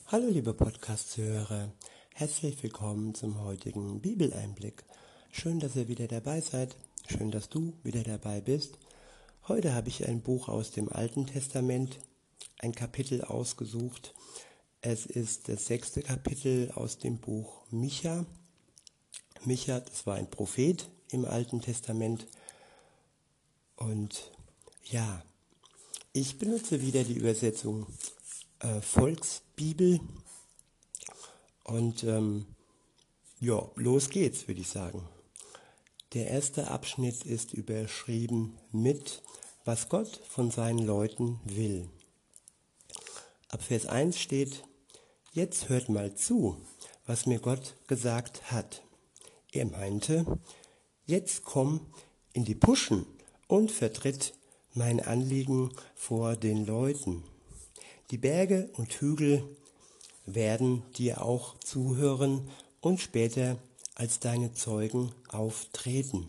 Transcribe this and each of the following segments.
Hallo liebe Podcast-Hörer, herzlich willkommen zum heutigen Bibeleinblick. Schön, dass ihr wieder dabei seid, schön, dass du wieder dabei bist. Heute habe ich ein Buch aus dem Alten Testament, ein Kapitel ausgesucht. Es ist das 6. Kapitel aus dem Buch Micha. Micha, das war ein Prophet im Alten Testament. Und ja, ich benutze wieder die Übersetzung Volksbibel. Und ja, los geht's, würde ich sagen. Der erste Abschnitt ist überschrieben mit, was Gott von seinen Leuten will. Ab Vers 1 steht, jetzt hört mal zu, was mir Gott gesagt hat. Er meinte, jetzt komm in die Puschen und vertritt mein Anliegen vor den Leuten. Die Berge und Hügel werden dir auch zuhören und später als deine Zeugen auftreten.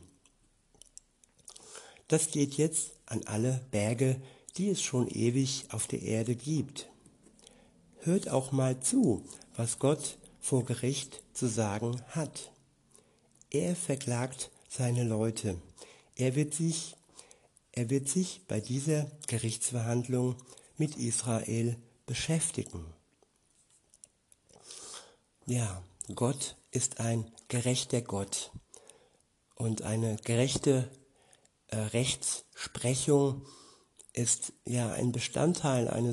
Das geht jetzt an alle Berge, die es schon ewig auf der Erde gibt. Hört auch mal zu, was Gott vor Gericht zu sagen hat. Er verklagt seine Leute. Er wird sich bei dieser Gerichtsverhandlung mit Israel beschäftigen. Ja, Gott ist ein gerechter Gott und eine gerechte Rechtsprechung ist ja ein Bestandteil einer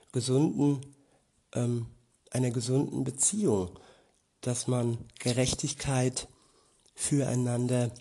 gesunden Beziehung, dass man Gerechtigkeit füreinander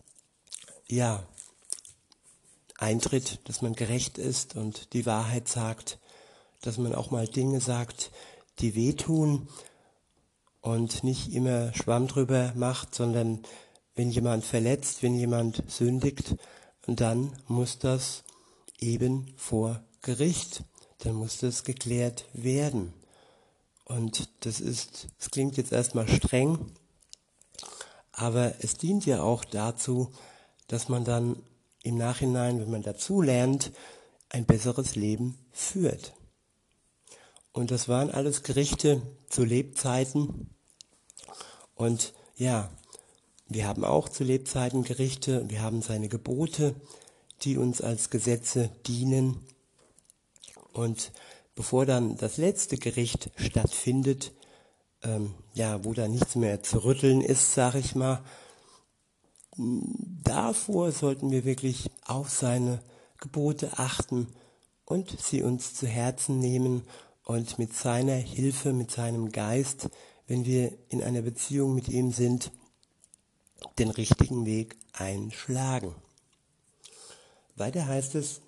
eintritt, dass man gerecht ist und die Wahrheit sagt, dass man auch mal Dinge sagt, die wehtun und nicht immer Schwamm drüber macht, sondern wenn jemand verletzt, wenn jemand sündigt, dann muss das eben vor Gericht, dann muss das geklärt werden. Und es klingt jetzt erstmal streng, aber es dient ja auch dazu, dass man dann im Nachhinein, wenn man dazu lernt, ein besseres Leben führt. Und das waren alles Gerichte zu Lebzeiten. Und ja, wir haben auch zu Lebzeiten Gerichte, wir haben seine Gebote, die uns als Gesetze dienen. Und bevor dann das letzte Gericht stattfindet, wo da nichts mehr zu rütteln ist, sag ich mal, davor sollten wir wirklich auf seine Gebote achten und sie uns zu Herzen nehmen und mit seiner Hilfe, mit seinem Geist, wenn wir in einer Beziehung mit ihm sind, den richtigen Weg einschlagen. Weiter heißt es,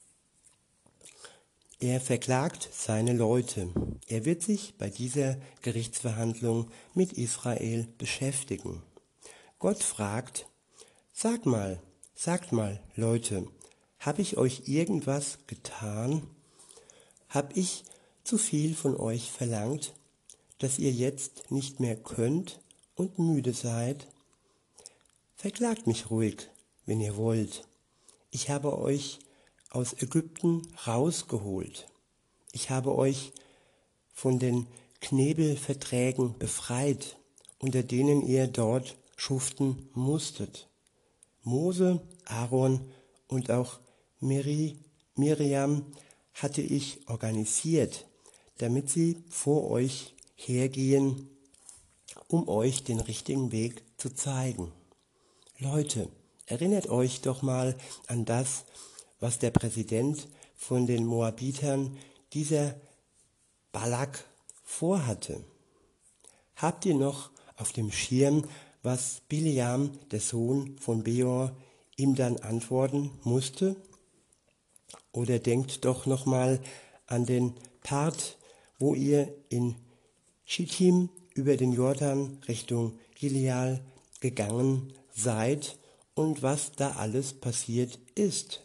er verklagt seine Leute. Er wird sich bei dieser Gerichtsverhandlung mit Israel beschäftigen. Gott fragt, sagt mal, Leute, habe ich euch irgendwas getan? Habe ich zu viel von euch verlangt, dass ihr jetzt nicht mehr könnt und müde seid? Verklagt mich ruhig, wenn ihr wollt. Ich habe euch aus Ägypten rausgeholt. Ich habe euch von den Knebelverträgen befreit, unter denen ihr dort schuften musstet. Mose, Aaron und auch Miriam hatte ich organisiert, damit sie vor euch hergehen, um euch den richtigen Weg zu zeigen. Leute, erinnert euch doch mal an das, was der Präsident von den Moabitern, dieser Balak, vorhatte. Habt ihr noch auf dem Schirm, was Bileam, der Sohn von Beor, ihm dann antworten musste? Oder denkt doch noch mal an den Part, wo ihr in Schittim über den Jordan Richtung Gilead gegangen seid und was da alles passiert ist.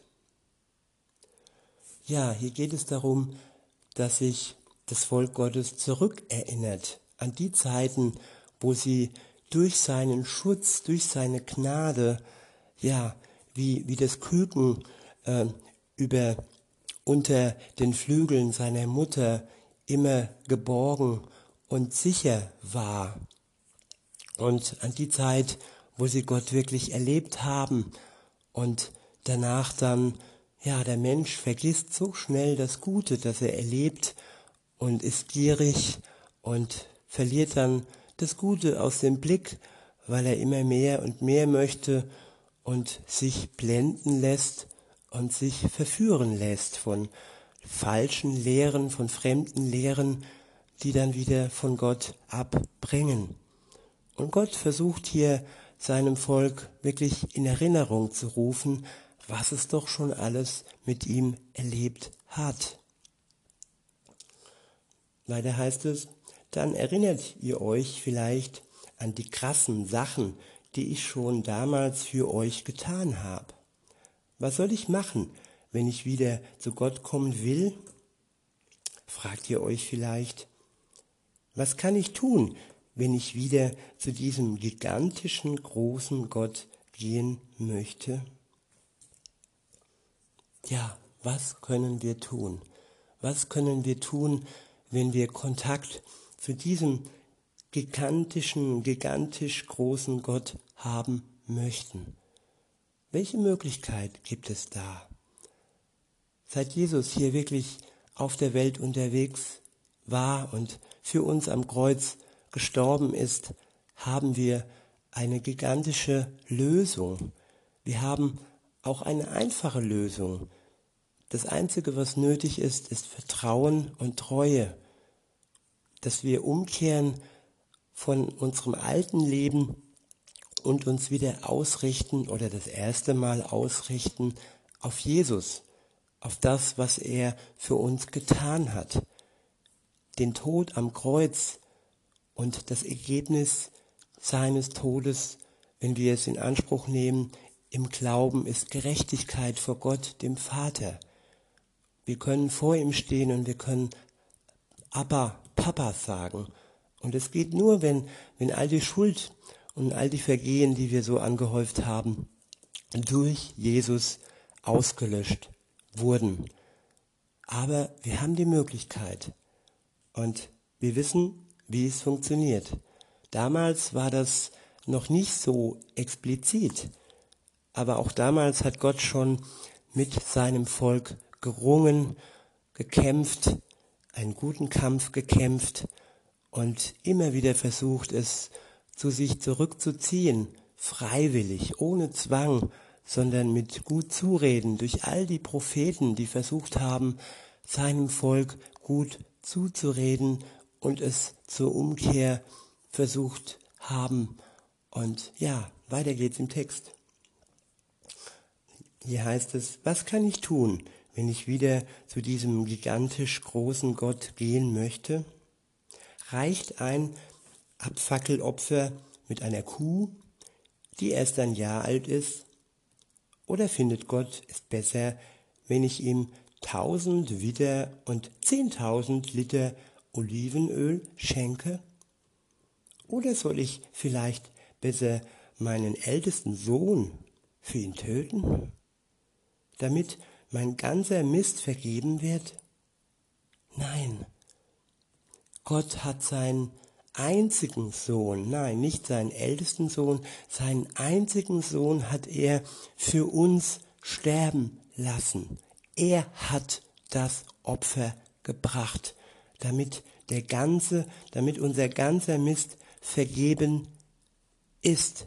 Ja, hier geht es darum, dass sich das Volk Gottes zurückerinnert an die Zeiten, wo sie durch seinen Schutz, durch seine Gnade, wie das Küken unter den Flügeln seiner Mutter immer geborgen und sicher war. Und an die Zeit, wo sie Gott wirklich erlebt haben und danach dann, ja, der Mensch vergisst so schnell das Gute, das er erlebt und ist gierig und verliert dann das Gute aus dem Blick, weil er immer mehr und mehr möchte und sich blenden lässt und sich verführen lässt von falschen Lehren, von fremden Lehren, die dann wieder von Gott abbringen. Und Gott versucht hier seinem Volk wirklich in Erinnerung zu rufen, was es doch schon alles mit ihm erlebt hat. Weiter heißt es, dann erinnert ihr euch vielleicht an die krassen Sachen, die ich schon damals für euch getan habe. Was soll ich machen, wenn ich wieder zu Gott kommen will? Fragt ihr euch vielleicht. Was kann ich tun, wenn ich wieder zu diesem gigantischen, großen Gott gehen möchte? Ja, was können wir tun? Was können wir tun, wenn wir Kontakt zu diesem gigantisch großen Gott haben möchten? Welche Möglichkeit gibt es da? Seit Jesus hier wirklich auf der Welt unterwegs war und für uns am Kreuz gestorben ist, haben wir eine gigantische Lösung. Wir haben auch eine einfache Lösung. Das Einzige, was nötig ist, ist Vertrauen und Treue, dass wir umkehren von unserem alten Leben und uns wieder ausrichten oder das erste Mal ausrichten auf Jesus, auf das, was er für uns getan hat. Den Tod am Kreuz und das Ergebnis seines Todes, wenn wir es in Anspruch nehmen, im Glauben ist Gerechtigkeit vor Gott, dem Vater. Wir können vor ihm stehen und wir können Abba, Papa sagen. Und es geht nur, wenn all die Schuld und all die Vergehen, die wir so angehäuft haben, durch Jesus ausgelöscht wurden. Aber wir haben die Möglichkeit und wir wissen, wie es funktioniert. Damals war das noch nicht so explizit, aber auch damals hat Gott schon mit seinem Volk gerungen, gekämpft, einen guten Kampf gekämpft und immer wieder versucht, es zu sich zurückzuziehen, freiwillig, ohne Zwang, sondern mit gut Zureden durch all die Propheten, die versucht haben, seinem Volk gut zuzureden und es zur Umkehr versucht haben. Und ja, weiter geht's im Text. Hier heißt es, was kann ich tun, wenn ich wieder zu diesem gigantisch großen Gott gehen möchte? Reicht ein Abfackelopfer mit einer Kuh, die erst ein Jahr alt ist? Oder findet Gott es besser, wenn ich ihm 1000 Widder und 10.000 Liter Olivenöl schenke? Oder soll ich vielleicht besser meinen ältesten Sohn für ihn töten, damit mein ganzer Mist vergeben wird? Nein, Gott hat seinen einzigen Sohn, nein, nicht seinen ältesten Sohn, seinen einzigen Sohn hat er für uns sterben lassen. Er hat das Opfer gebracht, damit unser ganzer Mist vergeben ist.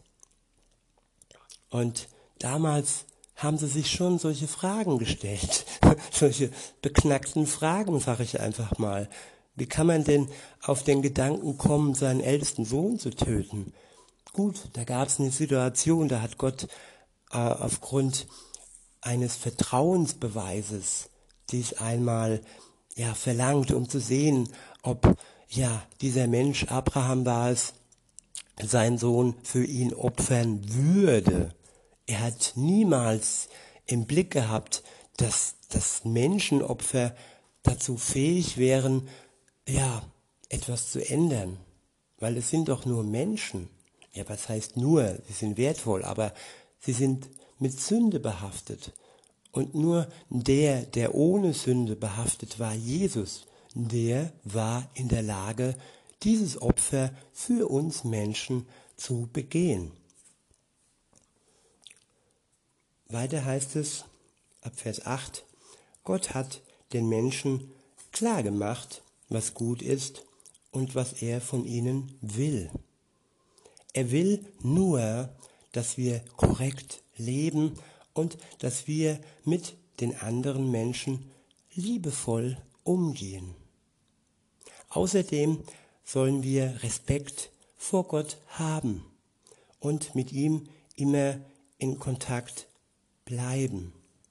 Und damals haben sie sich schon solche Fragen gestellt, solche beknackten Fragen, sage ich einfach mal. Wie kann man denn auf den Gedanken kommen, seinen ältesten Sohn zu töten? Gut, da gab es eine Situation, da hat Gott aufgrund eines Vertrauensbeweises dies einmal verlangt, um zu sehen, ob dieser Mensch, Abraham war es, seinen Sohn für ihn opfern würde. Er hat niemals im Blick gehabt, dass das Menschenopfer dazu fähig wären, etwas zu ändern. Weil es sind doch nur Menschen. Ja, was heißt nur? Sie sind wertvoll, aber sie sind mit Sünde behaftet. Und nur der ohne Sünde behaftet war, Jesus, der war in der Lage, dieses Opfer für uns Menschen zu begehen. Weiter heißt es, ab Vers 8, Gott hat den Menschen klar gemacht, was gut ist und was er von ihnen will. Er will nur, dass wir korrekt leben und dass wir mit den anderen Menschen liebevoll umgehen. Außerdem sollen wir Respekt vor Gott haben und mit ihm immer in Kontakt bleiben.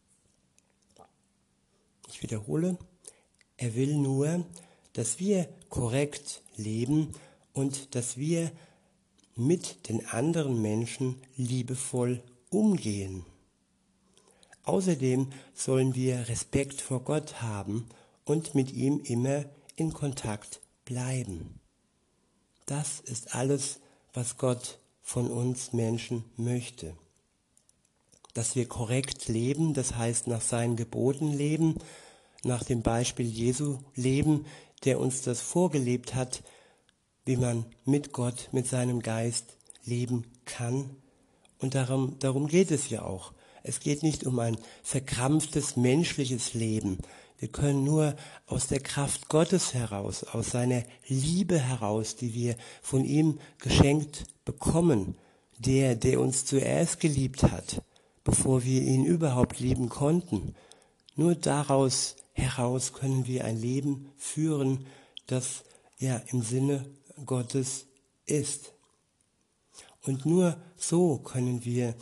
Ich wiederhole, er will nur, dass wir korrekt leben und dass wir mit den anderen Menschen liebevoll umgehen. Außerdem sollen wir Respekt vor Gott haben und mit ihm immer in Kontakt bleiben. Das ist alles, was Gott von uns Menschen möchte. Dass wir korrekt leben, das heißt nach seinen Geboten leben, nach dem Beispiel Jesu leben, der uns das vorgelebt hat, wie man mit Gott, mit seinem Geist leben kann. Und darum geht es ja auch. Es geht nicht um ein verkrampftes menschliches Leben. Wir können nur aus der Kraft Gottes heraus, aus seiner Liebe heraus, die wir von ihm geschenkt bekommen, der uns zuerst geliebt hat, bevor wir ihn überhaupt lieben konnten. Nur daraus heraus können wir ein Leben führen, das ja im Sinne Gottes ist. Und nur so können wir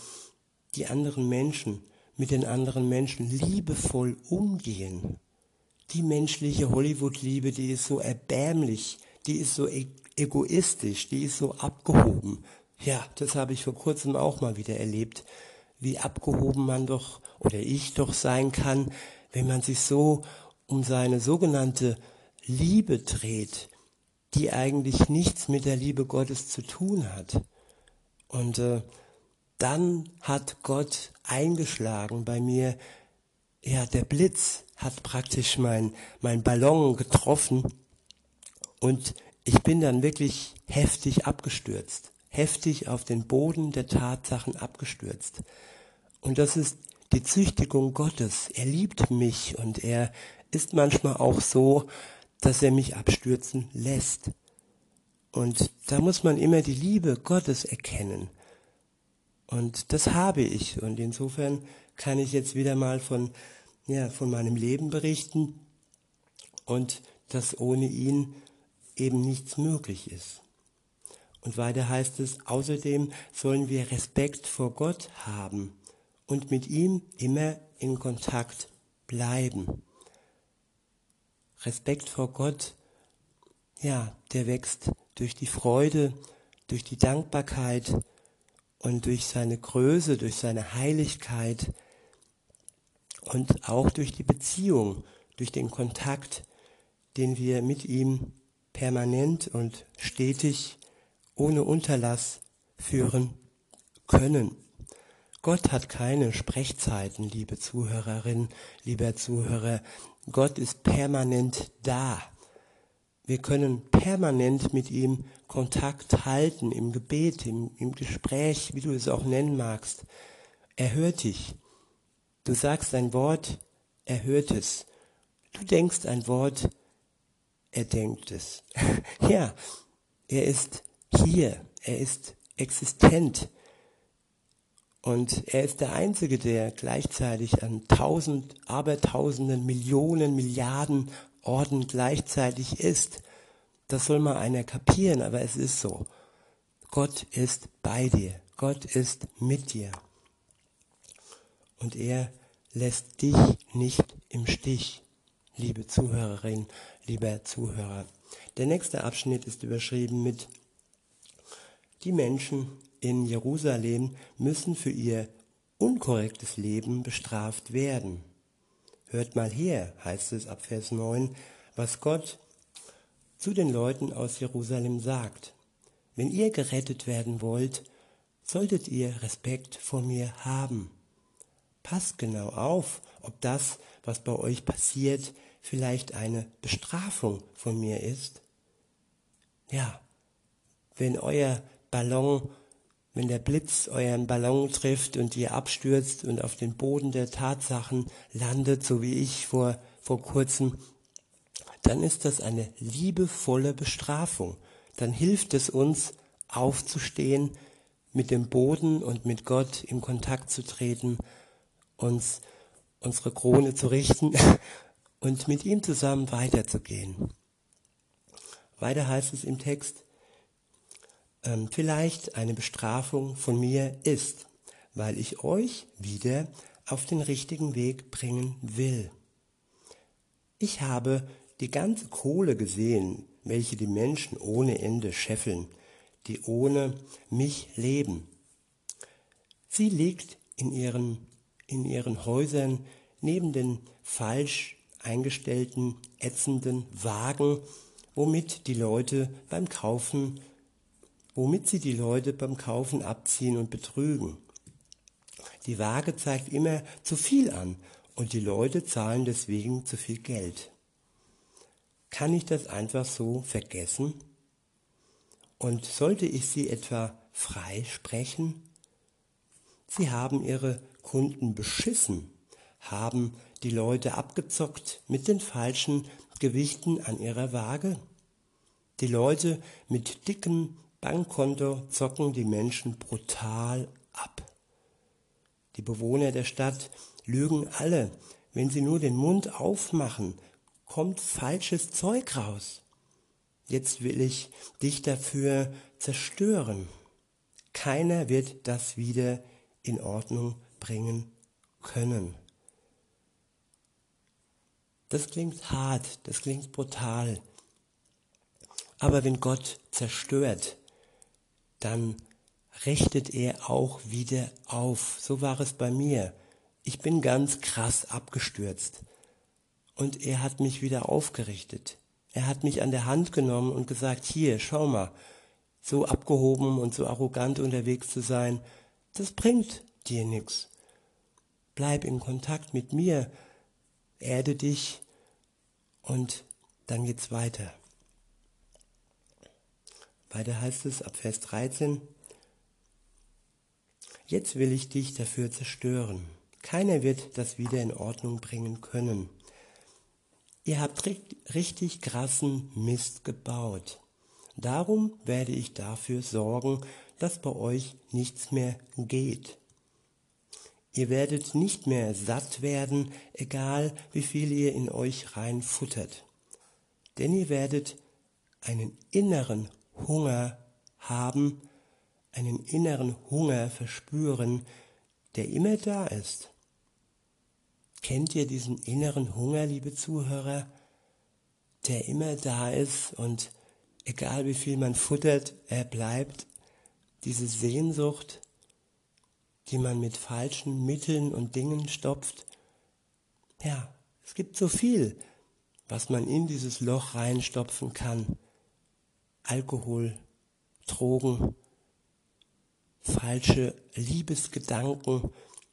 mit den anderen Menschen liebevoll umgehen. Die menschliche Hollywood-Liebe, die ist so erbärmlich, die ist so egoistisch, die ist so abgehoben. Ja, das habe ich vor kurzem auch mal wieder erlebt, wie abgehoben man doch oder ich doch sein kann, wenn man sich so um seine sogenannte Liebe dreht, die eigentlich nichts mit der Liebe Gottes zu tun hat. Und dann hat Gott eingeschlagen bei mir, ja, der Blitz hat praktisch mein Ballon getroffen und ich bin dann wirklich heftig abgestürzt, heftig auf den Boden der Tatsachen abgestürzt. Und das ist die Züchtigung Gottes. Er liebt mich und er ist manchmal auch so, dass er mich abstürzen lässt. Und da muss man immer die Liebe Gottes erkennen. Und das habe ich. Und insofern kann ich jetzt wieder mal von meinem Leben berichten und dass ohne ihn eben nichts möglich ist. Und weiter heißt es, außerdem sollen wir Respekt vor Gott haben und mit ihm immer in Kontakt bleiben. Respekt vor Gott, ja, der wächst durch die Freude, durch die Dankbarkeit und durch seine Größe, durch seine Heiligkeit und auch durch die Beziehung, durch den Kontakt, den wir mit ihm permanent und stetig ohne Unterlass führen können. Gott hat keine Sprechzeiten, liebe Zuhörerin, lieber Zuhörer. Gott ist permanent da. Wir können permanent mit ihm Kontakt halten, im Gebet, im Gespräch, wie du es auch nennen magst. Er hört dich. Du sagst ein Wort, er hört es. Du denkst ein Wort, er denkt es. Ja, er ist hier, er ist existent. Und er ist der Einzige, der gleichzeitig an Abertausenden, Millionen, Milliarden Orten gleichzeitig ist. Das soll mal einer kapieren, aber es ist so. Gott ist bei dir. Gott ist mit dir. Und er lässt dich nicht im Stich, liebe Zuhörerin, lieber Zuhörer. Der nächste Abschnitt ist überschrieben mit: Die Menschen in Jerusalem müssen für ihr unkorrektes Leben bestraft werden. Hört mal her, heißt es ab Vers 9, was Gott zu den Leuten aus Jerusalem sagt. Wenn ihr gerettet werden wollt, solltet ihr Respekt vor mir haben. Passt genau auf, ob das, was bei euch passiert, vielleicht eine Bestrafung von mir ist? Ja, wenn wenn der Blitz euren Ballon trifft und ihr abstürzt und auf den Boden der Tatsachen landet, so wie ich vor kurzem, dann ist das eine liebevolle Bestrafung. Dann hilft es uns, aufzustehen, mit dem Boden und mit Gott in Kontakt zu treten, uns unsere Krone zu richten und mit ihm zusammen weiterzugehen. Weiter heißt es im Text, vielleicht eine Bestrafung von mir ist, weil ich euch wieder auf den richtigen Weg bringen will. Ich habe die ganze Kohle gesehen, welche die Menschen ohne Ende scheffeln, die ohne mich leben. Sie liegt in ihren Häusern neben den falsch eingestellten, ätzenden Wagen, womit sie die Leute beim Kaufen abziehen und betrügen. Die Waage zeigt immer zu viel an und die Leute zahlen deswegen zu viel Geld. Kann ich das einfach so vergessen? Und sollte ich sie etwa freisprechen? Sie haben ihre Kunden beschissen, haben die Leute abgezockt mit den falschen Gewichten an ihrer Waage. Die Leute mit dicken Bankkonto zocken die Menschen brutal ab. Die Bewohner der Stadt lügen alle. Wenn sie nur den Mund aufmachen, kommt falsches Zeug raus. Jetzt will ich dich dafür zerstören. Keiner wird das wieder in Ordnung bringen können. Das klingt hart, das klingt brutal. Aber wenn Gott zerstört, dann richtet er auch wieder auf. So war es bei mir. Ich bin ganz krass abgestürzt. Und er hat mich wieder aufgerichtet. Er hat mich an der Hand genommen und gesagt, hier, schau mal, so abgehoben und so arrogant unterwegs zu sein, das bringt dir nichts. Bleib in Kontakt mit mir, erde dich und dann geht's weiter. Weiter heißt es ab Vers 13, jetzt will ich dich dafür zerstören. Keiner wird das wieder in Ordnung bringen können. Ihr habt richtig krassen Mist gebaut. Darum werde ich dafür sorgen, dass bei euch nichts mehr geht. Ihr werdet nicht mehr satt werden, egal wie viel ihr in euch reinfuttert. Denn ihr werdet einen inneren Hunger haben, einen inneren Hunger verspüren, der immer da ist. Kennt ihr diesen inneren Hunger, liebe Zuhörer, der immer da ist und egal wie viel man futtert, er bleibt? Diese Sehnsucht, die man mit falschen Mitteln und Dingen stopft. Ja, es gibt so viel, was man in dieses Loch reinstopfen kann. Alkohol, Drogen, falsche Liebesgedanken,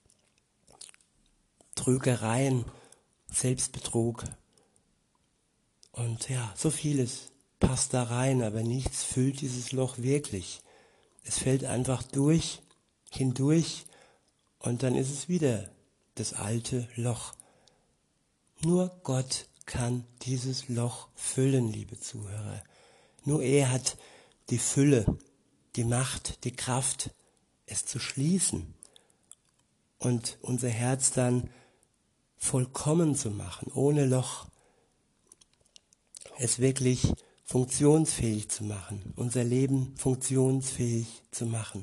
Trügereien, Selbstbetrug. Und ja, so vieles passt da rein, aber nichts füllt dieses Loch wirklich. Es fällt einfach hindurch und dann ist es wieder das alte Loch. Nur Gott kann dieses Loch füllen, liebe Zuhörer. Nur er hat die Fülle, die Macht, die Kraft, es zu schließen und unser Herz dann vollkommen zu machen, ohne Loch. Es wirklich funktionsfähig zu machen, unser Leben funktionsfähig zu machen.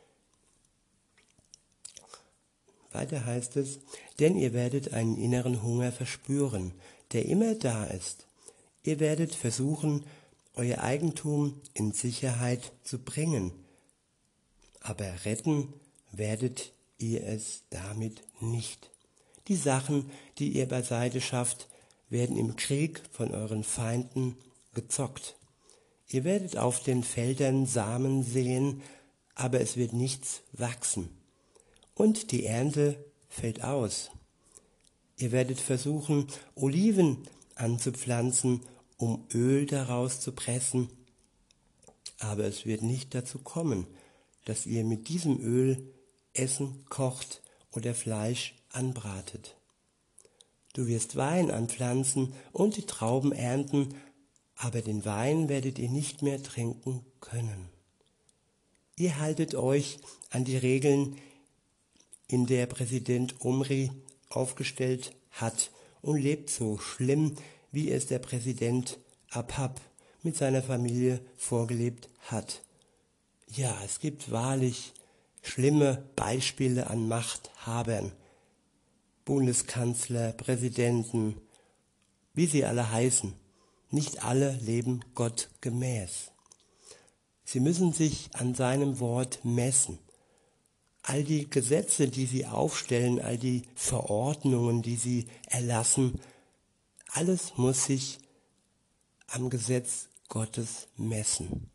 Weiter heißt es, denn ihr werdet einen inneren Hunger verspüren, der immer da ist. Ihr werdet versuchen, euer Eigentum in Sicherheit zu bringen, aber retten werdet ihr es damit nicht. Die Sachen, die ihr beiseite schafft, werden im Krieg von euren Feinden gezockt. Ihr werdet auf den Feldern Samen säen, aber es wird nichts wachsen. Und die Ernte fällt aus. Ihr werdet versuchen, Oliven anzupflanzen, um Öl daraus zu pressen. Aber es wird nicht dazu kommen, dass ihr mit diesem Öl Essen kocht oder Fleisch anbratet. Du wirst Wein anpflanzen und die Trauben ernten, aber den Wein werdet ihr nicht mehr trinken können. Ihr haltet euch an die Regeln, in der Präsident Omri aufgestellt hat und lebt so schlimm, wie es der Präsident Abhab mit seiner Familie vorgelebt hat. Ja, es gibt wahrlich schlimme Beispiele an Machthabern, Bundeskanzler, Präsidenten, wie sie alle heißen. Nicht alle leben Gott gemäß. Sie müssen sich an seinem Wort messen. All die Gesetze, die sie aufstellen, all die Verordnungen, die sie erlassen, alles muss sich am Gesetz Gottes messen.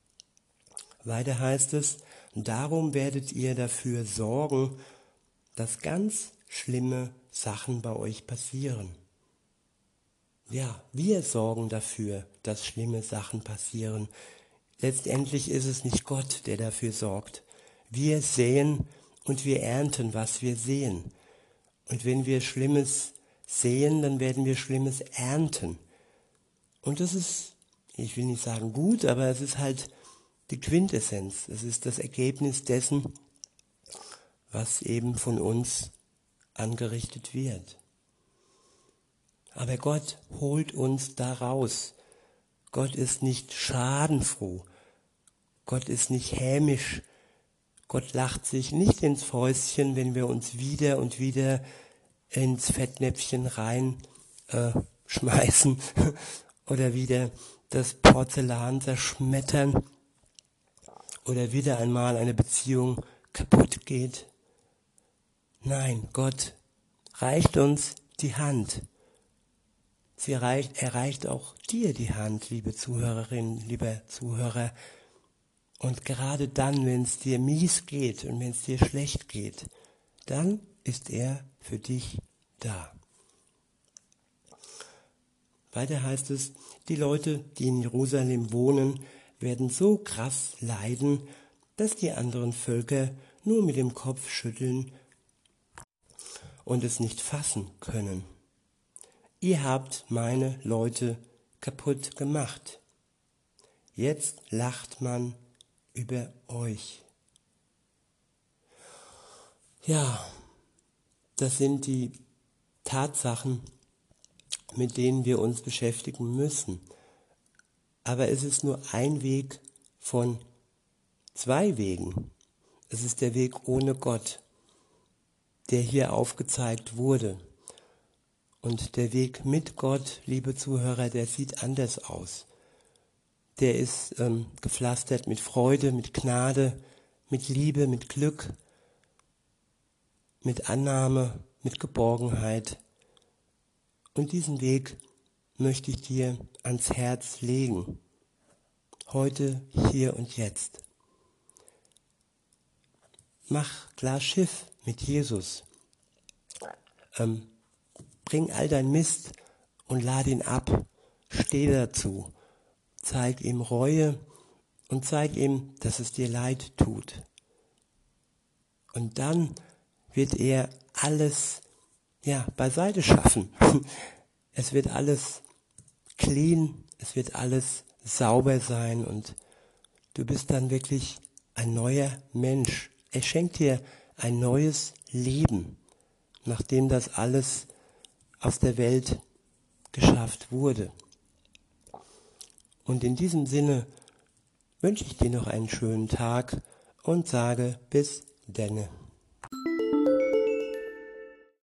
Weiter heißt es, darum werdet ihr dafür sorgen, dass ganz schlimme Sachen bei euch passieren. Ja, wir sorgen dafür, dass schlimme Sachen passieren. Letztendlich ist es nicht Gott, der dafür sorgt. Wir säen und wir ernten, was wir sehen. Und wenn wir Schlimmes säen, dann werden wir Schlimmes ernten. Und das ist, ich will nicht sagen gut, aber es ist halt die Quintessenz. Es ist das Ergebnis dessen, was eben von uns angerichtet wird. Aber Gott holt uns da raus. Gott ist nicht schadenfroh. Gott ist nicht hämisch. Gott lacht sich nicht ins Fäustchen, wenn wir uns wieder und wieder ins Fettnäpfchen rein schmeißen oder wieder das Porzellan zerschmettern oder wieder einmal eine Beziehung kaputt geht. Nein, Gott reicht uns die Hand. Er reicht auch dir die Hand, liebe Zuhörerin, lieber Zuhörer. Und gerade dann, wenn es dir mies geht und wenn es dir schlecht geht, dann ist er für dich da. Weiter heißt es, die Leute, die in Jerusalem wohnen, werden so krass leiden, dass die anderen Völker nur mit dem Kopf schütteln und es nicht fassen können. Ihr habt meine Leute kaputt gemacht. Jetzt lacht man über euch. Ja, das sind die Tatsachen, mit denen wir uns beschäftigen müssen. Aber es ist nur ein Weg von 2 Wegen. Es ist der Weg ohne Gott, der hier aufgezeigt wurde. Und der Weg mit Gott, liebe Zuhörer, der sieht anders aus. Der ist gepflastert mit Freude, mit Gnade, mit Liebe, mit Glück, mit Annahme, mit Geborgenheit. Und diesen Weg möchte ich dir ans Herz legen. Heute, hier und jetzt. Mach klar Schiff mit Jesus. Bring all dein Mist und lad ihn ab. Steh dazu. Zeig ihm Reue und zeig ihm, dass es dir leid tut. Und dann wird er alles beiseite schaffen. Es wird alles clean, es wird alles sauber sein und du bist dann wirklich ein neuer Mensch. Er schenkt dir ein neues Leben, nachdem das alles aus der Welt geschafft wurde. Und in diesem Sinne wünsche ich dir noch einen schönen Tag und sage bis denne.